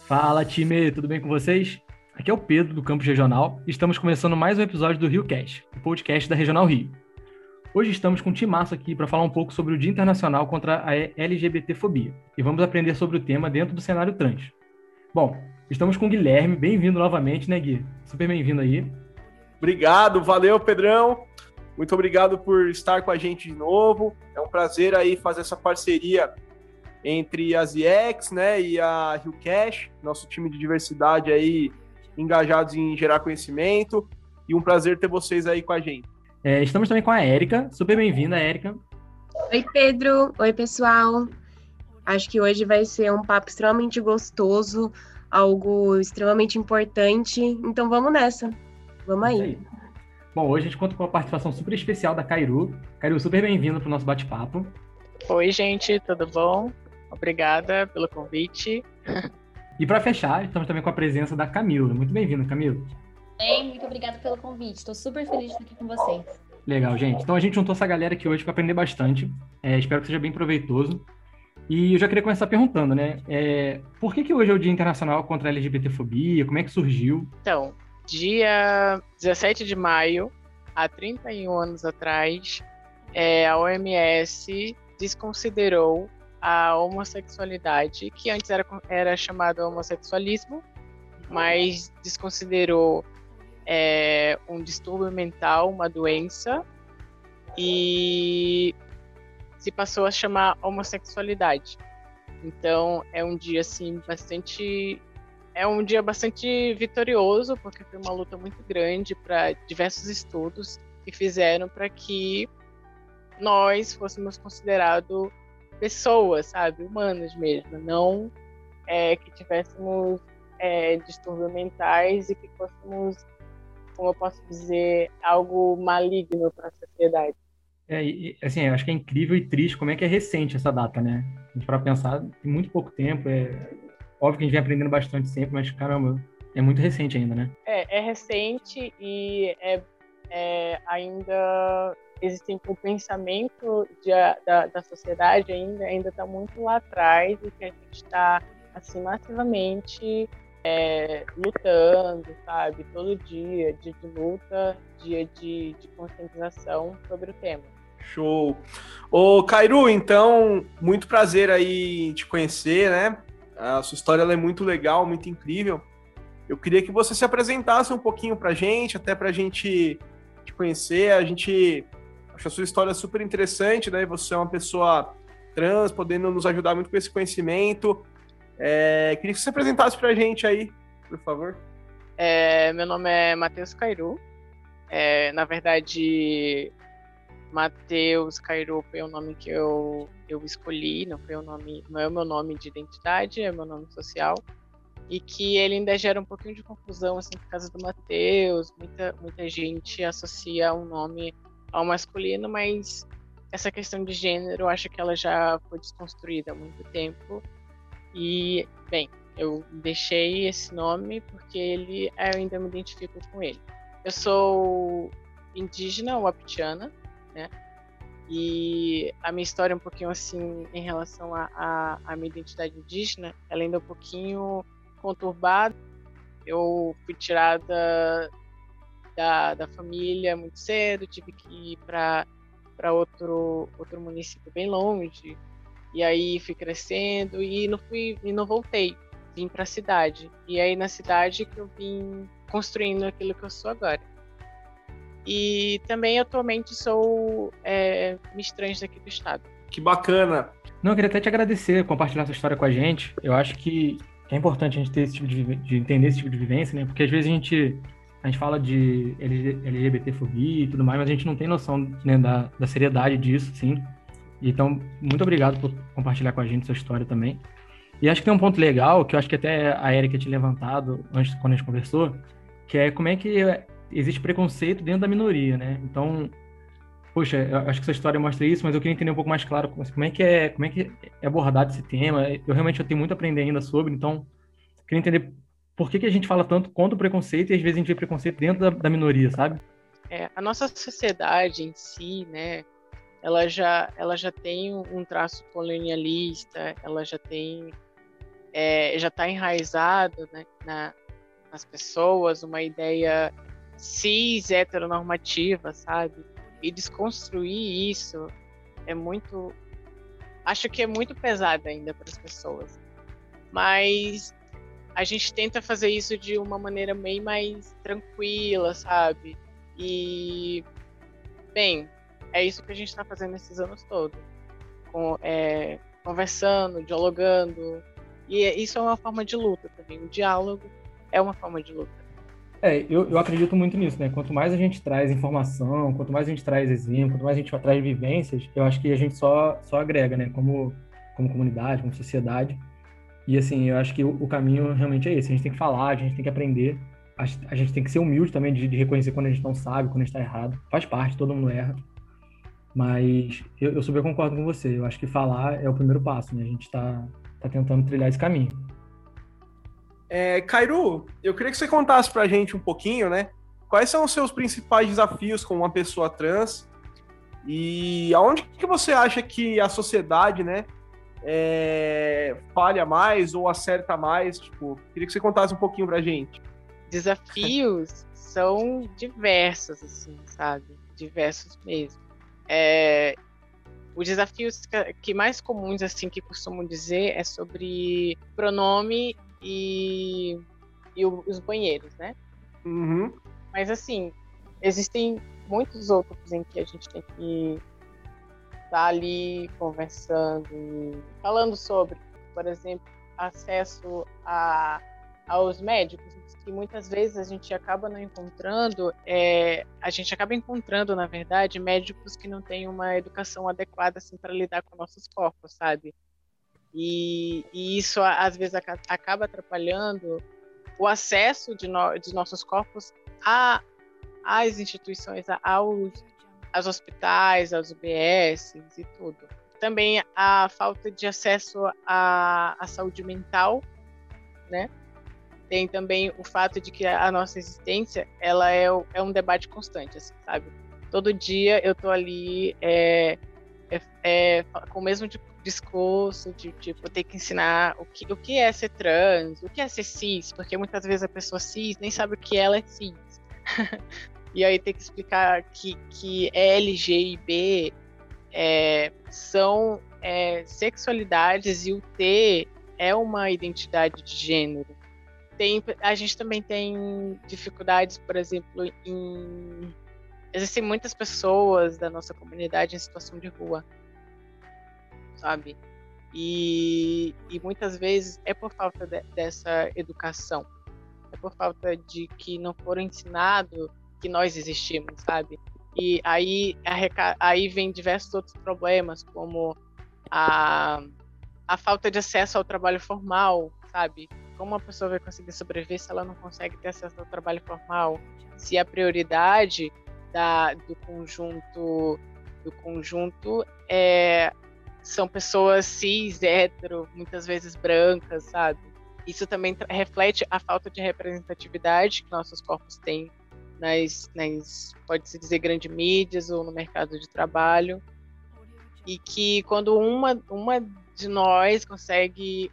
Fala, time, tudo bem com vocês? Aqui é o Pedro, do Campus Regional, e estamos começando mais um episódio do RioCast, o podcast da Regional Rio. Hoje estamos com um timaço aqui para falar um pouco sobre o Dia Internacional contra a LGBTfobia, e vamos aprender sobre o tema dentro do cenário trans. Bom, estamos com o Guilherme, bem-vindo novamente, né, Gui? Super bem-vindo aí. Obrigado, valeu, Pedrão. Muito obrigado por estar com a gente de novo. É um prazer aí fazer essa parceria entre as IEX, né, e a RioCast, nosso time de diversidade aí, engajados em gerar conhecimento, e um prazer ter vocês aí com a gente. Estamos também com a Érica, super bem-vinda, Érica. Oi, Pedro. Oi, pessoal. Acho que hoje vai ser um papo extremamente gostoso, algo extremamente importante, então vamos nessa. Vamos aí. Bom, hoje a gente conta com a participação super especial da Cairu. Cairu, super bem-vinda para o nosso bate-papo. Oi, gente, tudo bom? Obrigada pelo convite. E para fechar, estamos também com a presença da Camila. Muito bem-vinda, Camila. Bem, muito obrigada pelo convite. Estou super feliz de estar aqui com vocês. Legal, gente. Então a gente juntou essa galera aqui hoje para aprender bastante. Espero que seja bem proveitoso. E eu já queria começar perguntando, né? Por que hoje é o Dia Internacional contra a LGBTfobia? Como é que surgiu? Então, dia 17 de maio, há 31 anos atrás, a OMS desconsiderou a homossexualidade, que antes era chamado homossexualismo, mas desconsiderou um distúrbio mental, uma doença, e se passou a chamar homossexualidade. Então é um dia assim bastante vitorioso, porque foi uma luta muito grande para diversos estudos que fizeram para que nós fôssemos considerados pessoas, sabe, humanas mesmo, não que tivéssemos distúrbios mentais e que fôssemos, como eu posso dizer, algo maligno para a sociedade. Assim, eu acho que é incrível e triste como é que é recente essa data, né? Para pensar, tem muito pouco tempo, óbvio que a gente vem aprendendo bastante sempre, mas caramba, é muito recente ainda, né? É recente e ainda existem o pensamento da sociedade ainda está muito lá atrás e que a gente está assim massivamente lutando, sabe? Todo dia de luta, dia de conscientização sobre o tema. Show! Ô, Cairu, então, muito prazer aí em te conhecer, né? A sua história ela é muito legal, muito incrível. Eu queria que você se apresentasse um pouquinho pra gente, até pra gente te conhecer. A gente acha a sua história super interessante, né? Você é uma pessoa trans, podendo nos ajudar muito com esse conhecimento. Queria que você se apresentasse pra gente aí, por favor. Meu nome é Matheus Cairu. Na verdade, Matheus Cairu foi o nome que eu escolhi, não é o meu nome de identidade, é o meu nome social, e que ele ainda gera um pouquinho de confusão assim por causa do Matheus. Muita gente associa um nome ao masculino, mas essa questão de gênero eu acho que ela já foi desconstruída há muito tempo. E, bem, eu deixei esse nome porque eu ainda me identifico com ele. Eu sou indígena, wapitiana, né? E a minha história é um pouquinho assim, em relação à minha identidade indígena, ela ainda é um pouquinho conturbada. Eu fui tirada da família muito cedo, tive que ir para outro município bem longe. E aí fui crescendo e não voltei, vim para a cidade. E aí na cidade que eu vim construindo aquilo que eu sou agora. E também atualmente sou Miss Trans daqui do estado. Que bacana! Não, eu queria até te agradecer, compartilhar essa história com a gente. Eu acho que é importante a gente ter esse tipo de entender esse tipo de vivência, né? Porque às vezes a gente fala de LGBTfobia e tudo mais, mas a gente não tem noção, né, da seriedade disso, sim. Então, muito obrigado por compartilhar com a gente sua história também. E acho que tem um ponto legal, que eu acho que até a Érica tinha levantado antes, quando a gente conversou, que é como é que existe preconceito dentro da minoria, né? Então, poxa, eu acho que essa história mostra isso, mas eu queria entender um pouco mais claro como é que é abordado esse tema. Eu tenho muito a aprender ainda sobre, então, queria entender por que a gente fala tanto contra o preconceito e às vezes a gente vê preconceito dentro da minoria, sabe? A nossa sociedade em si, né, ela já tem um traço colonialista, ela já tem já está enraizado, né, nas pessoas, uma ideia cis, heteronormativa, sabe? E desconstruir isso acho que é muito pesado ainda para as pessoas. Mas a gente tenta fazer isso de uma maneira meio mais tranquila, sabe? E, bem, é isso que a gente está fazendo esses anos todos. Conversando, dialogando. E isso é uma forma de luta também. O diálogo é uma forma de luta. Eu acredito muito nisso, né? Quanto mais a gente traz informação, quanto mais a gente traz exemplo, quanto mais a gente traz vivências, eu acho que a gente só agrega, né? Como comunidade, como sociedade. E, assim, eu acho que o caminho realmente é esse. A gente tem que falar, a gente tem que aprender. A gente tem que ser humilde também de reconhecer quando a gente não sabe, quando a gente está errado. Faz parte, todo mundo erra. Mas eu super concordo com você. Eu acho que falar é o primeiro passo, né? A gente tá tentando trilhar esse caminho. Kairu, eu queria que você contasse pra gente um pouquinho, né? Quais são os seus principais desafios como uma pessoa trans e aonde que você acha que a sociedade, né, falha mais ou acerta mais? Tipo, queria que você contasse um pouquinho pra gente. Desafios são diversos, assim, sabe? Diversos mesmo. Os desafios que mais comuns, assim, que costumo dizer é sobre pronome e os banheiros, né? Uhum. Mas, assim, existem muitos outros em que a gente tem que estar ali conversando, falando sobre, por exemplo, acesso aos médicos, que muitas vezes a gente acaba não encontrando, na verdade, médicos que não têm uma educação adequada assim, para lidar com nossos corpos, sabe? E isso, às vezes, acaba atrapalhando o acesso de nossos corpos às instituições, aos hospitais, aos UBS e tudo. Também a falta de acesso à saúde mental, né? Tem também o fato de que a nossa existência ela é um debate constante, assim, sabe? Todo dia eu tô ali com o mesmo discurso de tipo, ter que ensinar o que é ser trans, o que é ser cis, porque muitas vezes a pessoa cis nem sabe o que ela é cis. E aí tem que explicar que L, G e B são sexualidades e o T é uma identidade de gênero. A gente também tem dificuldades, por exemplo, existem muitas pessoas da nossa comunidade em situação de rua, sabe? E muitas vezes é por falta dessa educação, é por falta de que não foram ensinados que nós existimos, sabe? E aí vem diversos outros problemas, como a falta de acesso ao trabalho formal, sabe? Como uma pessoa vai conseguir sobreviver se ela não consegue ter acesso ao trabalho formal? Se a prioridade do conjunto são pessoas cis, hétero, muitas vezes brancas, sabe? Isso também reflete a falta de representatividade que nossos corpos têm pode-se dizer, grandes mídias ou no mercado de trabalho. E que quando um de nós consegue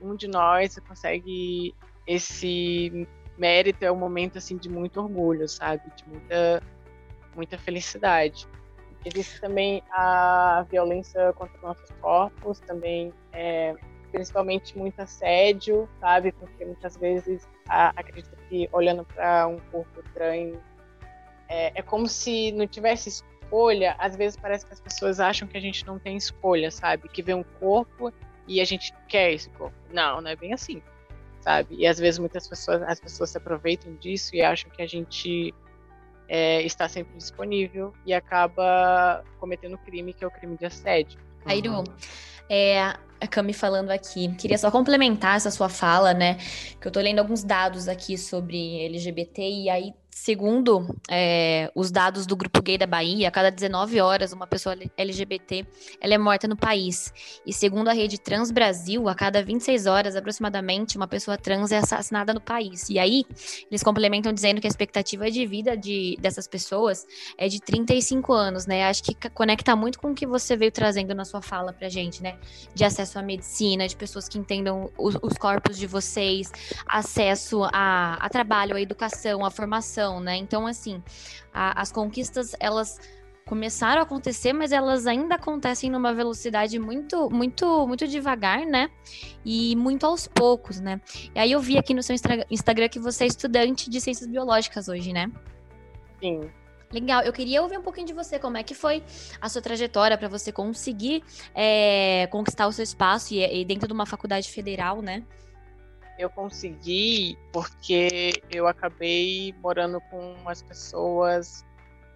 esse mérito, é um momento assim de muito orgulho, sabe? De muita felicidade. Existe também a violência contra nossos corpos, também principalmente muito assédio, sabe? Porque muitas vezes acredito que olhando para um corpo trans é como se não tivesse escolha. Às vezes parece que as pessoas acham que a gente não tem escolha, sabe? Que vê um corpo e a gente quer esse corpo. Não é bem assim, sabe? E às vezes as pessoas se aproveitam disso e acham que a gente está sempre disponível e acaba cometendo crime, que é o crime de assédio. Kairu, a Cami falando aqui. Queria só complementar essa sua fala, né? Que eu tô lendo alguns dados aqui sobre LGBT e aí segundo os dados do Grupo Gay da Bahia, a cada 19 horas uma pessoa LGBT ela é morta no país. E segundo a Rede Trans Brasil, a cada 26 horas aproximadamente uma pessoa trans é assassinada no país. E aí eles complementam dizendo que a expectativa de vida dessas pessoas é de 35 anos, né? Acho que conecta muito com o que você veio trazendo na sua fala pra gente, né? De acesso à medicina, de pessoas que entendam os corpos de vocês, acesso a trabalho, a educação, a formação, né? Então, assim, as conquistas, elas começaram a acontecer, mas elas ainda acontecem numa velocidade muito, muito, muito devagar, né? E muito aos poucos, né? E aí eu vi aqui no seu Instagram que você é estudante de ciências biológicas hoje, né? Sim. Legal, eu queria ouvir um pouquinho de você, como é que foi a sua trajetória para você conseguir conquistar o seu espaço e dentro de uma faculdade federal, né? Eu consegui porque eu acabei morando com umas pessoas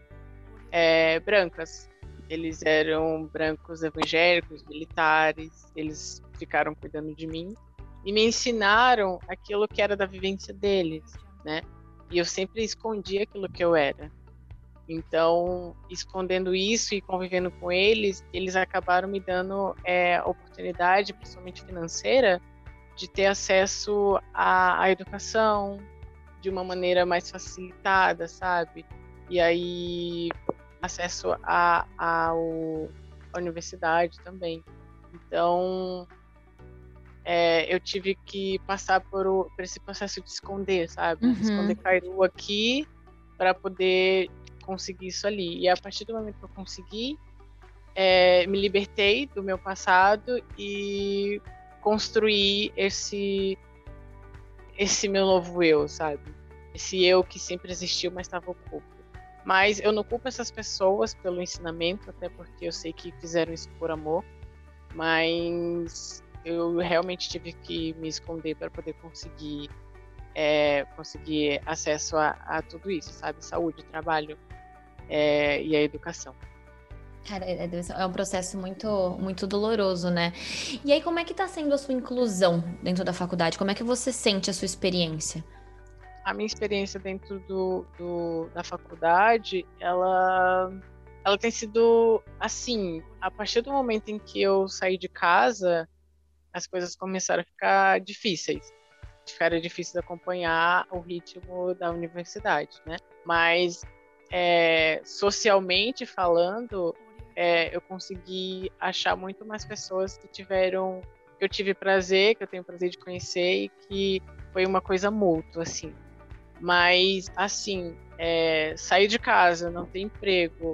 brancas. Eles eram brancos evangélicos, militares, eles ficaram cuidando de mim e me ensinaram aquilo que era da vivência deles, né? E eu sempre escondi aquilo que eu era. Então, escondendo isso e convivendo com eles, eles acabaram me dando oportunidade, principalmente financeira, de ter acesso à educação de uma maneira mais facilitada, sabe? E aí, acesso à universidade também. Então, eu tive que passar por esse processo de esconder, sabe? Uhum. Esconder Kairu aqui para poder conseguir isso ali. E a partir do momento que eu consegui, me libertei do meu passado e construir esse meu novo eu, sabe? Esse eu que sempre existiu, mas estava oculto. Mas eu não culpo essas pessoas pelo ensinamento, até porque eu sei que fizeram isso por amor, mas eu realmente tive que me esconder para poder conseguir acesso a tudo isso, sabe? Saúde, trabalho e a educação. Cara, é um processo muito, muito doloroso, né? E aí, como é que tá sendo a sua inclusão dentro da faculdade? Como é que você sente a sua experiência? A minha experiência dentro da faculdade, ela tem sido assim, a partir do momento em que eu saí de casa, as coisas começaram a ficar difíceis. Ficaram difíceis de acompanhar o ritmo da universidade, né? Mas, socialmente falando, eu consegui achar muito mais pessoas que eu tive prazer, que eu tenho prazer de conhecer e que foi uma coisa mútua, assim. Mas, assim, sair de casa, não ter emprego,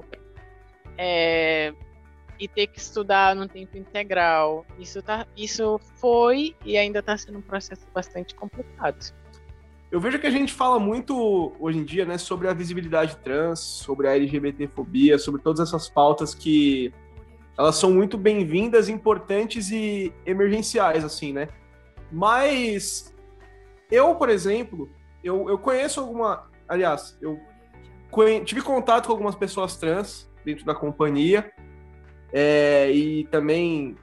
e ter que estudar no tempo integral, isso foi e ainda está sendo um processo bastante complicado. Eu vejo que a gente fala muito hoje em dia, né, sobre a visibilidade trans, sobre a LGBTfobia, sobre todas essas pautas que elas são muito bem-vindas, importantes e emergenciais, assim, né? Mas eu, por exemplo, eu conheço aliás, eu tive contato com algumas pessoas trans dentro da companhia e também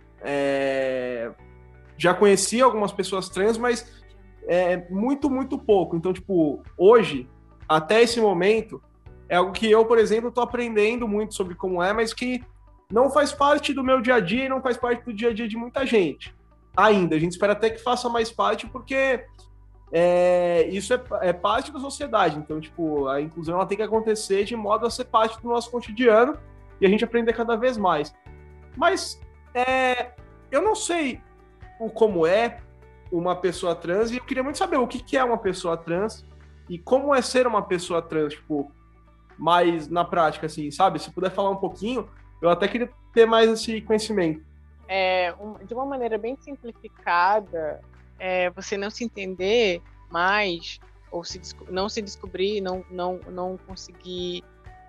já conheci algumas pessoas trans, mas muito, muito pouco. Então, tipo, hoje, até esse momento, é algo que eu, por exemplo, tô aprendendo muito sobre como mas que não faz parte do meu dia a dia e não faz parte do dia a dia de muita gente. Ainda, a gente espera até que faça mais parte, porque isso é parte da sociedade. Então, tipo, a inclusão ela tem que acontecer de modo a ser parte do nosso cotidiano e a gente aprender cada vez mais. Mas eu não sei como é uma pessoa trans, e eu queria muito saber o que é uma pessoa trans e como é ser uma pessoa trans, tipo, mais na prática, assim, sabe? Se puder falar um pouquinho, eu até queria ter mais esse conhecimento. De uma maneira bem simplificada, você não se entender mais, ou não se descobrir, não conseguir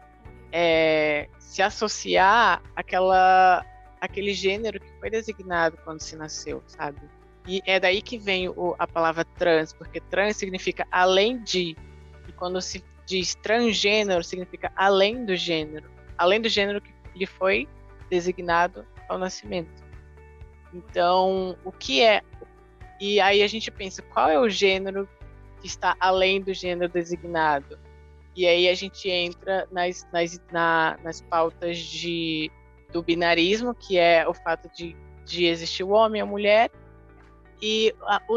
se associar àquele gênero que foi designado quando se nasceu, sabe? E é daí que vem a palavra trans, porque trans significa além de, e quando se diz transgênero, significa além do gênero que lhe foi designado ao nascimento. Então, o que é? E aí a gente pensa, qual é o gênero que está além do gênero designado? E aí a gente entra nas pautas do binarismo, que é o fato de existir o homem e a mulher, e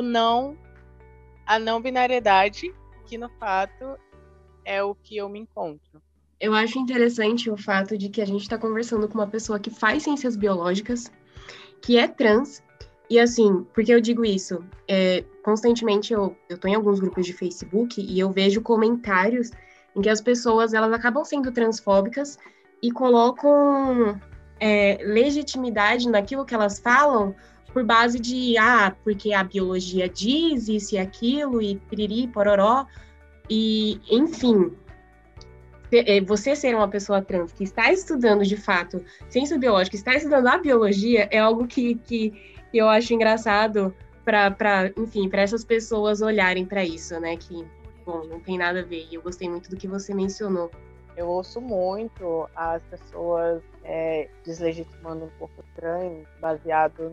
a não binariedade, que no fato é o que eu me encontro. Eu acho interessante o fato de que a gente está conversando com uma pessoa que faz ciências biológicas, que é trans, e assim, porque eu digo isso, constantemente eu tô em alguns grupos de Facebook e eu vejo comentários em que as pessoas, elas acabam sendo transfóbicas e colocam legitimidade naquilo que elas falam por base de, porque a biologia diz isso e aquilo, e piriri, pororó, e, enfim, você ser uma pessoa trans que está estudando, de fato, ciência biológica, está estudando a biologia, é algo que eu acho engraçado para essas pessoas olharem para isso, né? Que, bom, não tem nada a ver. E eu gostei muito do que você mencionou. Eu ouço muito as pessoas deslegitimando um corpo trans baseado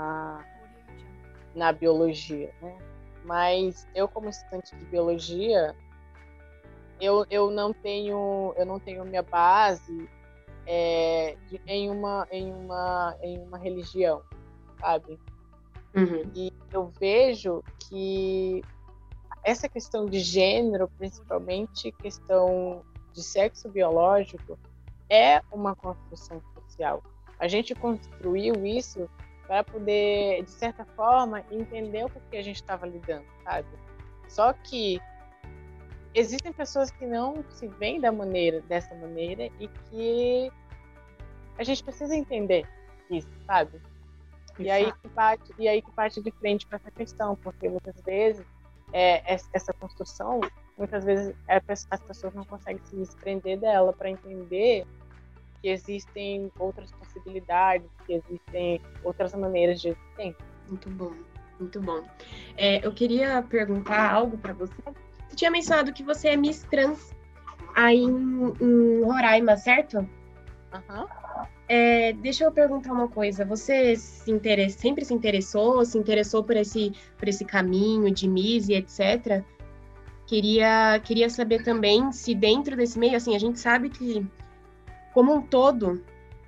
na biologia, né? Mas eu, como estudante de biologia, eu não tenho minha base em uma religião, sabe? Uhum. E eu vejo que essa questão de gênero, principalmente questão de sexo biológico, é uma construção social. A gente construiu isso para poder, de certa forma, entender o que a gente estava lidando, sabe? Só que existem pessoas que não se veem dessa maneira e que a gente precisa entender isso, sabe? E aí que parte de frente para essa questão, porque muitas vezes essa construção, muitas vezes as pessoas não conseguem se desprender dela para entender que existem outras possibilidades, que existem outras maneiras de existência. Muito bom, muito bom. Eu queria perguntar algo para você. Você tinha mencionado que você é Miss Trans aí em Roraima, certo? Aham. Deixa eu perguntar uma coisa. Você sempre se interessou por esse caminho de Miss e etc? Queria saber também se dentro desse meio, assim, a gente sabe que, como um todo,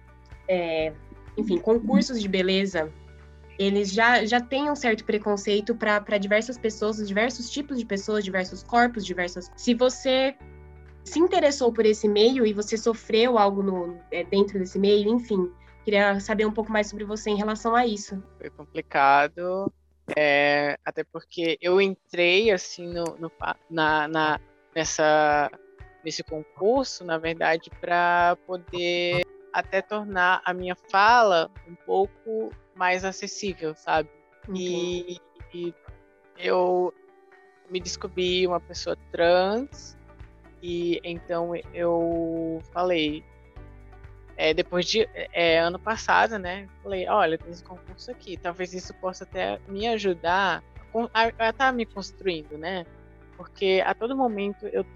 concursos de beleza, eles já têm um certo preconceito para diversas pessoas, diversos tipos de pessoas, diversos corpos, Se você se interessou por esse meio e você sofreu algo dentro desse meio, enfim, queria saber um pouco mais sobre você em relação a isso. Foi complicado, até porque eu entrei assim nesse concurso, na verdade, para poder até tornar a minha fala um pouco mais acessível, sabe? E eu me descobri uma pessoa trans, e então eu falei, depois de ano passado, né? Falei, olha, tem esse concurso aqui, talvez isso possa até me ajudar a estar me construindo, né? Porque a todo momento eu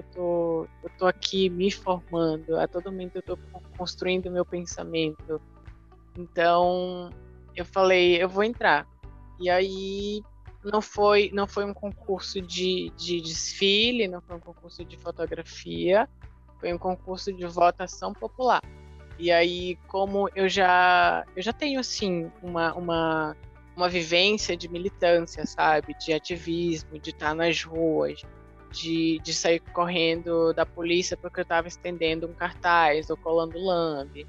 tô aqui me formando, a todo momento eu tô construindo o meu pensamento. Então eu falei, eu vou entrar. E aí não foi um concurso de desfile, não foi um concurso de fotografia, foi um concurso de votação popular. E aí, como eu já tenho assim uma vivência de militância, sabe, de ativismo, de estar nas ruas, de sair correndo da polícia porque eu estava estendendo um cartaz ou colando lambe.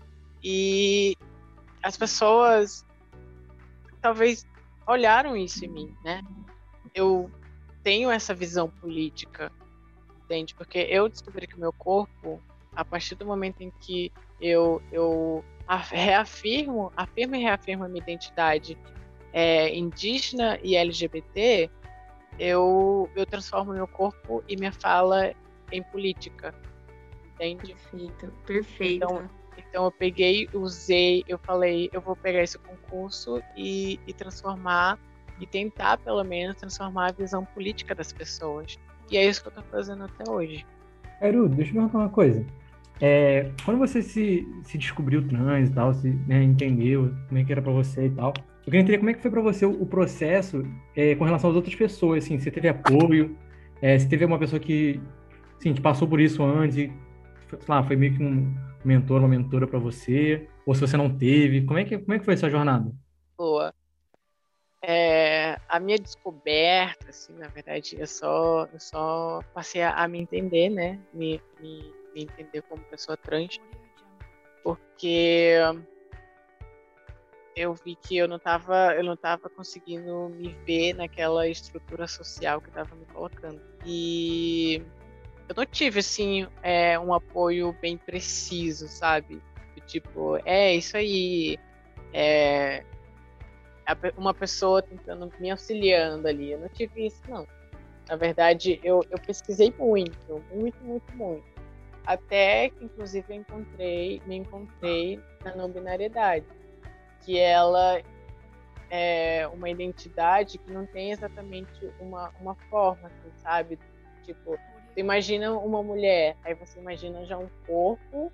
E as pessoas talvez olharam isso em mim, né? Eu tenho essa visão política, entende? Porque eu descobri que o meu corpo, a partir do momento em que eu afirmo e reafirmo a minha identidade indígena e LGBT, eu transformo meu corpo e minha fala em política, entende? Perfeito. Então eu peguei, usei, eu falei, eu vou pegar esse concurso e transformar, e tentar pelo menos transformar a visão política das pessoas. E é isso que eu tô fazendo até hoje. Cairu, deixa eu perguntar uma coisa. Quando você se descobriu trans e tal, entendeu como é que era pra você e tal, eu queria entender como é que foi pra você o processo com relação às outras pessoas, assim, você teve apoio, se teve uma pessoa que sim, que passou por isso antes e, sei lá, foi meio que um mentor, uma mentora para você, ou se você não teve, como é que foi essa jornada? Boa. A minha descoberta, assim, na verdade, eu só passei a me entender, né? Me entender como pessoa trans, porque eu vi que eu não tava conseguindo me ver naquela estrutura social que estava me colocando. E eu não tive, assim, um apoio bem preciso, sabe? Do tipo, isso aí, é, uma pessoa tentando me auxiliando ali. Eu não tive isso, não. Na verdade, eu pesquisei muito, muito, muito, muito. Até que, inclusive, me encontrei na não binariedade, que ela é uma identidade que não tem exatamente uma forma, assim, sabe? Tipo, você imagina uma mulher, aí você imagina já um corpo,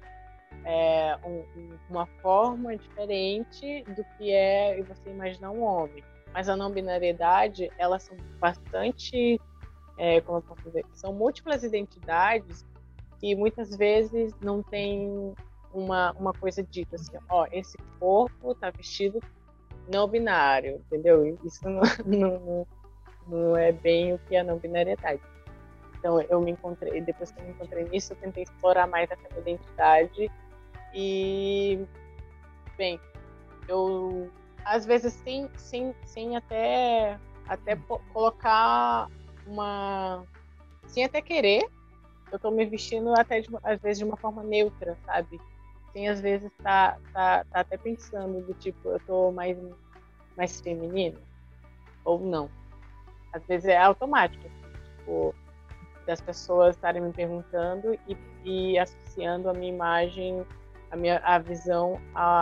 uma forma diferente do que é você imaginar um homem. Mas a não binariedade, elas são bastante, como eu posso dizer, são múltiplas identidades que muitas vezes não tem uma coisa dita assim, esse corpo está vestido não binário, entendeu? Isso não é bem o que é a não binariedade. Então eu me encontrei, depois que eu me encontrei nisso, eu tentei explorar mais essa minha identidade e, bem, eu às vezes sem até colocar sem até querer, eu tô me vestindo até às vezes de uma forma neutra, sabe? Sem às vezes tá até pensando do tipo, eu tô mais feminina ou não. Às vezes é automático, tipo, das pessoas estarem me perguntando e associando a minha imagem, a visão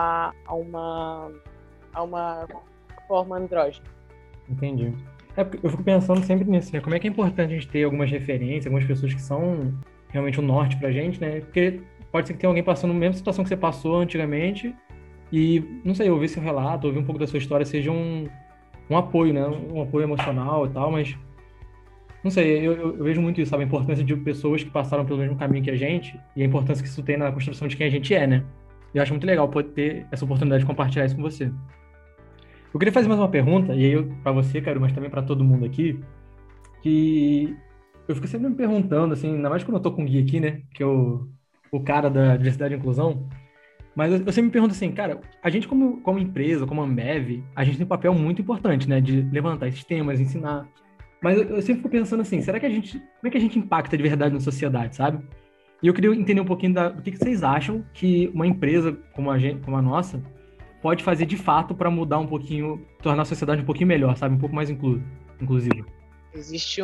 a uma forma andrógena. Entendi. Porque eu fico pensando sempre nisso, né? Como é que é importante a gente ter algumas referências, algumas pessoas que são realmente o norte pra gente, né? Porque pode ser que tenha alguém passando a mesma situação que você passou antigamente e, não sei, ouvir seu relato, ouvir um pouco da sua história seja um apoio, né? Um apoio emocional e tal, mas, não sei, eu vejo muito isso, sabe? A importância de pessoas que passaram pelo mesmo caminho que a gente e a importância que isso tem na construção de quem a gente é, né? Eu acho muito legal poder ter essa oportunidade de compartilhar isso com você. Eu queria fazer mais uma pergunta, e aí para você, Caro, mas também para todo mundo aqui, que eu fico sempre me perguntando, assim, ainda mais quando eu tô com o Gui aqui, né, que é o cara da diversidade e inclusão, mas eu sempre me pergunto assim, cara, a gente como empresa, como Ambev, a gente tem um papel muito importante, né, de levantar esses temas, ensinar, mas eu sempre fico pensando assim, como é que a gente impacta de verdade na sociedade, sabe? E eu queria entender um pouquinho do que vocês acham que uma empresa como como a nossa, pode fazer de fato para mudar um pouquinho, tornar a sociedade um pouquinho melhor, sabe? Um pouco mais inclusiva. Existe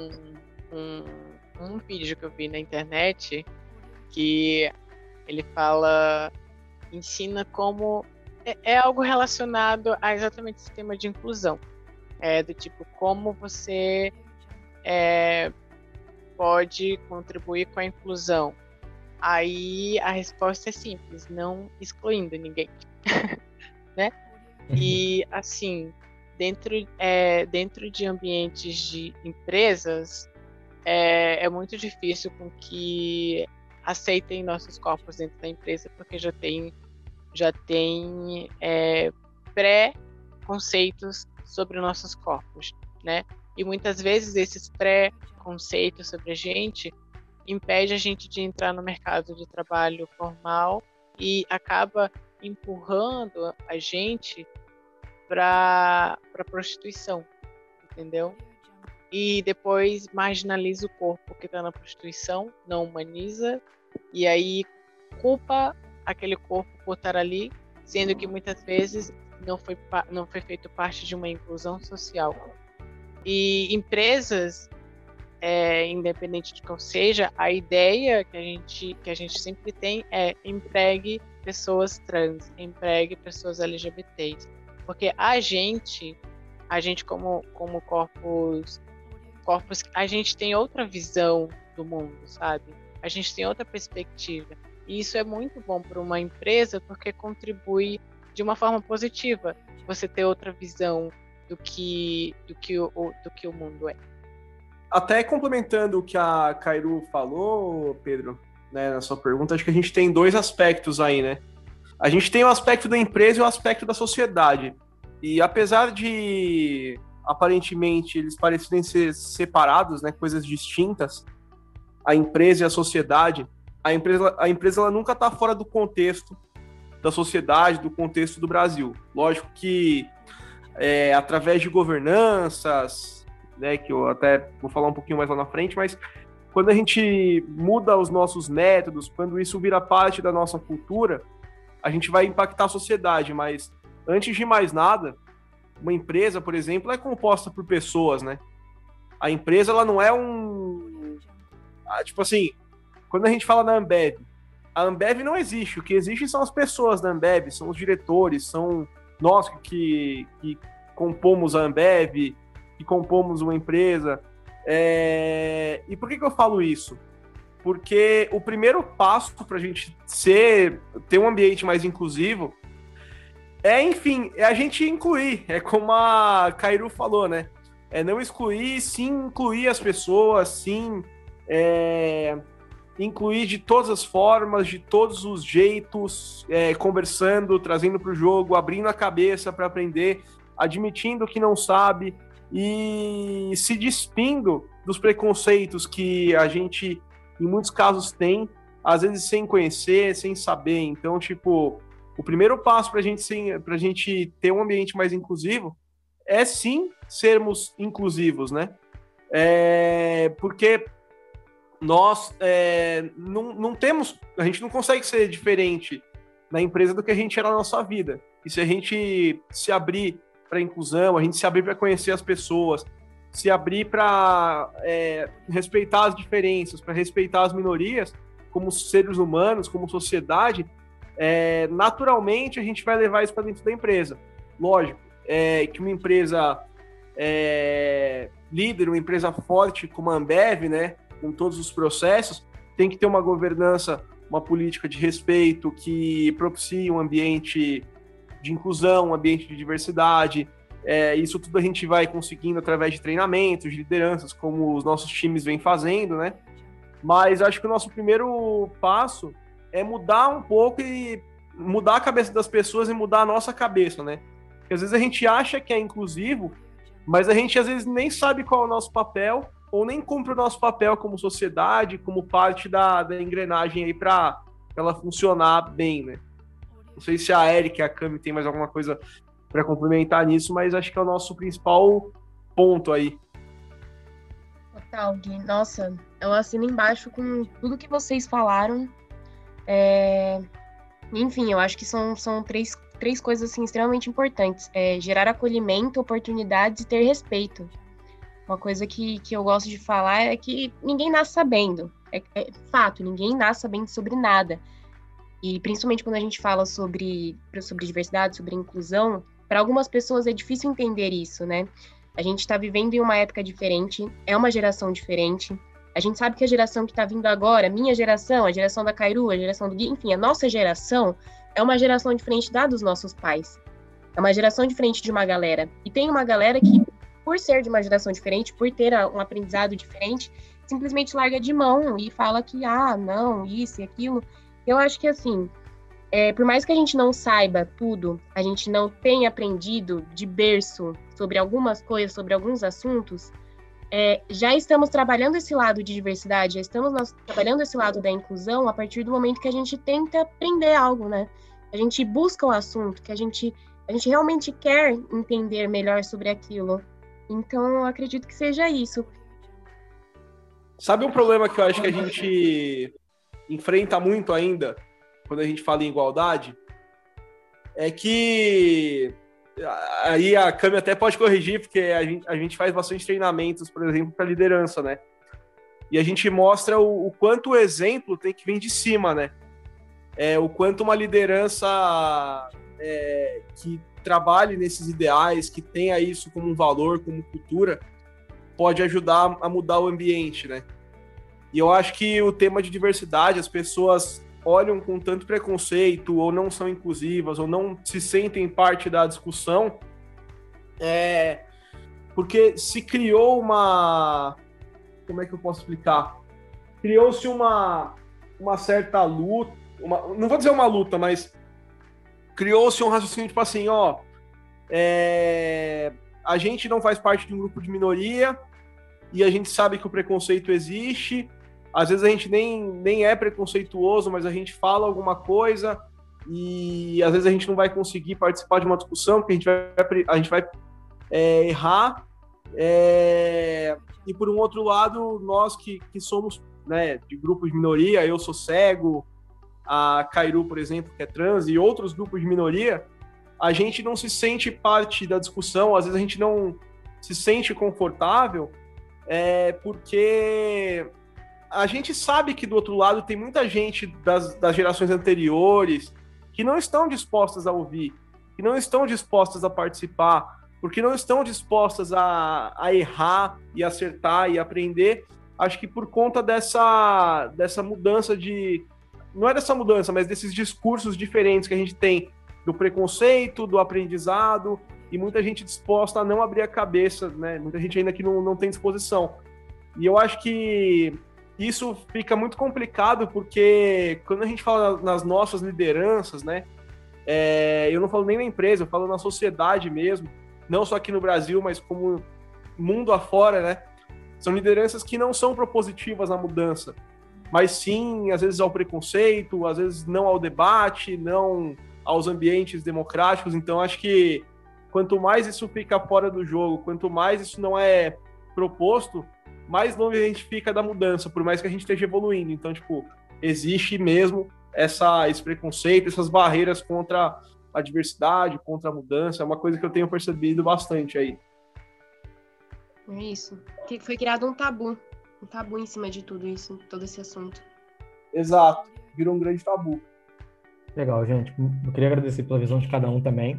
um vídeo que eu vi na internet que ele ensina como é algo relacionado a exatamente esse tema de inclusão. Do tipo, como você pode contribuir com a inclusão. Aí a resposta é simples, não excluindo ninguém, né? E, assim, dentro de ambientes de empresas, é muito difícil com que aceitem nossos corpos dentro da empresa, porque já tem pré-conceitos sobre nossos corpos, né? E muitas vezes esses pré-conceitos sobre a gente impede a gente de entrar no mercado de trabalho formal e acaba empurrando a gente para prostituição, entendeu? E depois marginaliza o corpo que está na prostituição, não humaniza, e aí culpa aquele corpo por estar ali, sendo que muitas vezes não foi feito parte de uma inclusão social. E empresas, independente de qual seja, a ideia que a gente sempre tem é empregue pessoas trans, empregue pessoas LGBTs. Porque a gente como corpos, a gente tem outra visão do mundo, sabe? A gente tem outra perspectiva. E isso é muito bom para uma empresa porque contribui de uma forma positiva você ter outra visão do que o mundo é. até complementando o que a Kairu falou, Pedro, né, na sua pergunta, acho que a gente tem dois aspectos aí, né? A gente tem o aspecto da empresa e o aspecto da sociedade. E apesar de, aparentemente, eles parecerem ser separados, né, coisas distintas, a empresa e a sociedade, a empresa ela nunca está fora do contexto da sociedade, do contexto do Brasil. Lógico que através de governanças, né, que eu até vou falar um pouquinho mais lá na frente, mas quando a gente muda os nossos métodos, quando isso vira parte da nossa cultura, a gente vai impactar a sociedade, mas antes de mais nada, uma empresa, por exemplo, é composta por pessoas, né? A empresa, ela não é tipo assim, quando a gente fala da Ambev, a Ambev não existe, o que existe são as pessoas da Ambev, são os diretores, são nós que compomos a Ambev, que compomos uma empresa. E por que eu falo isso? Porque o primeiro passo para a gente ter um ambiente mais inclusivo é a gente incluir. É como a Kairu falou, né? É não excluir, sim incluir as pessoas, sim incluir de todas as formas, de todos os jeitos, conversando, trazendo para o jogo, abrindo a cabeça para aprender, admitindo que não sabe e se despindo dos preconceitos que a gente, em muitos casos, tem, às vezes sem conhecer, sem saber. Então, tipo, o primeiro passo para a gente ter um ambiente mais inclusivo é, sim, sermos inclusivos, né? Porque nós não temos, a gente não consegue ser diferente na empresa do que a gente era na nossa vida. E se a gente se abrir para inclusão, a gente se abrir para conhecer as pessoas, se abrir para respeitar as diferenças, para respeitar as minorias, como seres humanos, como sociedade, naturalmente a gente vai levar isso para dentro da empresa. Lógico, que uma empresa líder, uma empresa forte como a Ambev, né, com todos os processos, tem que ter uma governança, uma política de respeito que propicie um ambiente de inclusão, um ambiente de diversidade. Isso tudo a gente vai conseguindo através de treinamentos, de lideranças, como os nossos times vêm fazendo, né? Mas acho que o nosso primeiro passo é mudar um pouco e mudar a cabeça das pessoas e mudar a nossa cabeça, né? Porque às vezes a gente acha que é inclusivo, mas a gente às vezes nem sabe qual é o nosso papel ou nem cumpre o nosso papel como sociedade, como parte da engrenagem aí para ela funcionar bem, né? Não sei se a Erika e a Cami tem mais alguma coisa para complementar nisso, mas acho que é o nosso principal ponto aí. Total, Gui. Nossa, eu assino embaixo com tudo que vocês falaram. Enfim, eu acho que são três coisas assim, extremamente importantes. Gerar acolhimento, oportunidades e ter respeito. Uma coisa que eu gosto de falar é que ninguém nasce sabendo. É fato, ninguém nasce sabendo sobre nada. E principalmente quando a gente fala sobre diversidade, sobre inclusão, para algumas pessoas é difícil entender isso, né? A gente está vivendo em uma época diferente, é uma geração diferente. A gente sabe que a geração que está vindo agora, minha geração, a geração da Kairu, a geração do Gui, enfim, a nossa geração é uma geração diferente da dos nossos pais. É uma geração diferente de uma galera. E tem uma galera que, por ser de uma geração diferente, por ter um aprendizado diferente, simplesmente larga de mão e fala que, não, isso e aquilo. Eu acho que, assim, por mais que a gente não saiba tudo, a gente não tenha aprendido de berço sobre algumas coisas, sobre alguns assuntos, já estamos trabalhando esse lado de diversidade, já estamos trabalhando esse lado da inclusão a partir do momento que a gente tenta aprender algo, né? A gente busca o assunto, que a gente realmente quer entender melhor sobre aquilo. Então, eu acredito que seja isso. Sabe um problema que eu acho que a gente enfrenta muito ainda, quando a gente fala em igualdade? É que, aí a Cami até pode corrigir, porque a gente faz bastante treinamentos, por exemplo, para liderança, né? E a gente mostra o quanto o exemplo tem que vir de cima, né? O quanto uma liderança que trabalhe nesses ideais, que tenha isso como um valor, como cultura, pode ajudar a mudar o ambiente, né? E eu acho que o tema de diversidade, as pessoas olham com tanto preconceito, ou não são inclusivas, ou não se sentem parte da discussão, porque se criou como é que eu posso explicar? Criou-se uma certa luta, não vou dizer uma luta, mas criou-se um raciocínio tipo assim, ó, a gente não faz parte de um grupo de minoria e a gente sabe que o preconceito existe, às vezes a gente nem é preconceituoso, mas a gente fala alguma coisa e às vezes a gente não vai conseguir participar de uma discussão porque a gente vai errar, e por um outro lado, nós que somos, né, de grupos de minoria, eu sou cego, a Cairu, por exemplo, que é trans, e outros grupos de minoria, a gente não se sente parte da discussão, às vezes a gente não se sente confortável, porque a gente sabe que do outro lado tem muita gente das gerações anteriores que não estão dispostas a ouvir, que não estão dispostas a participar, porque não estão dispostas a errar e acertar e aprender. Acho que por conta dessa mudança não é dessa mudança, mas desses discursos diferentes que a gente tem do preconceito, do aprendizado, e muita gente disposta a não abrir a cabeça, né? Muita gente ainda que não tem disposição. E eu acho que isso fica muito complicado, porque quando a gente fala nas nossas lideranças, né? Eu não falo nem na empresa, eu falo na sociedade mesmo, não só aqui no Brasil, mas como mundo afora, né? São lideranças que não são propositivas à mudança, mas sim, às vezes, ao preconceito, às vezes não ao debate, não aos ambientes democráticos. Então, acho que quanto mais isso fica fora do jogo, quanto mais isso não é proposto, mais longe a gente fica da mudança, por mais que a gente esteja evoluindo. Então, tipo, existe mesmo esse preconceito, essas barreiras contra a diversidade, contra a mudança. É uma coisa que eu tenho percebido bastante aí. É isso. Que foi criado um tabu em cima de tudo isso, todo esse assunto. Exato. Virou um grande tabu. Legal, gente. Eu queria agradecer pela visão de cada um também.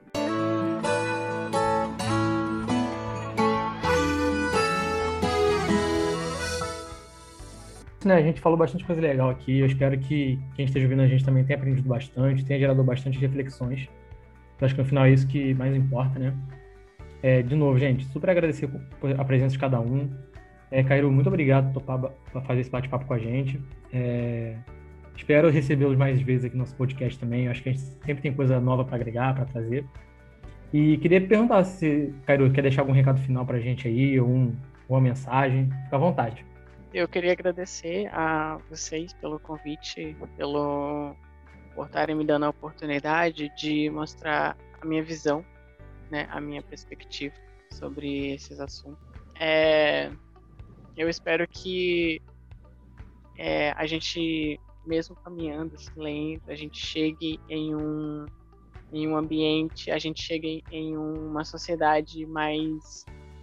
Né, a gente falou bastante coisa legal aqui. Eu espero que quem esteja ouvindo a gente também tenha aprendido bastante, tenha gerado bastante reflexões. Eu acho que no final é isso que mais importa, né? De novo, gente, super agradecer a presença de cada um. Cairu, muito obrigado por topar para fazer esse bate-papo com a gente. Espero recebê-los mais vezes aqui no nosso podcast também. Eu acho que a gente sempre tem coisa nova para agregar, para trazer. E queria perguntar se, Cairu, quer deixar algum recado final para a gente aí, ou uma mensagem. Fica à vontade. Eu queria agradecer a vocês pelo convite, por estarem me dando a oportunidade de mostrar a minha visão, né, a minha perspectiva sobre esses assuntos. Eu espero que a gente, mesmo caminhando assim, lento, a gente chegue em um ambiente, a gente chegue em uma sociedade mais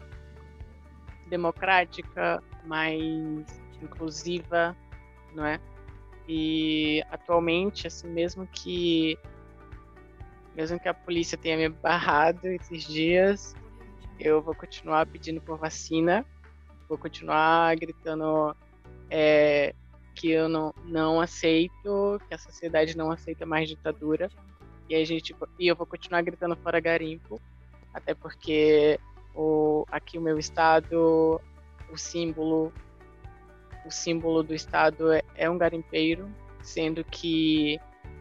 democrática, mais inclusiva, não é? E atualmente, assim, mesmo que a polícia tenha me barrado esses dias, eu vou continuar pedindo por vacina, vou continuar gritando que eu não aceito, que a sociedade não aceita mais ditadura, e eu vou continuar gritando fora garimpo, até porque aqui o meu estado, o símbolo do estado é um garimpeiro, sendo que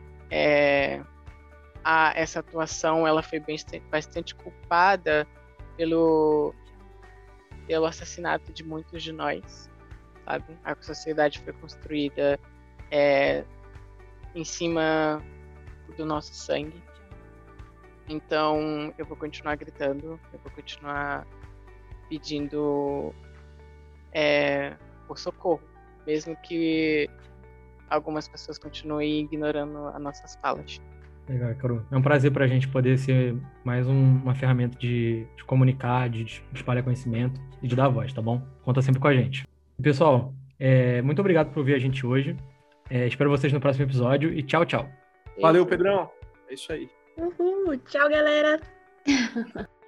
essa atuação ela foi bastante culpada pelo assassinato de muitos de nós, sabe? A sociedade foi construída em cima do nosso sangue. Então, eu vou continuar gritando, eu vou continuar pedindo por socorro, mesmo que algumas pessoas continuem ignorando as nossas falas. Legal, Cairu. É um prazer para a gente poder ser mais uma ferramenta de comunicar, de espalhar conhecimento e de dar voz, tá bom? Conta sempre com a gente. Pessoal, muito obrigado por ouvir a gente hoje. Espero vocês no próximo episódio e tchau, tchau. Valeu, Pedrão. É isso aí. Uhul. Tchau, galera.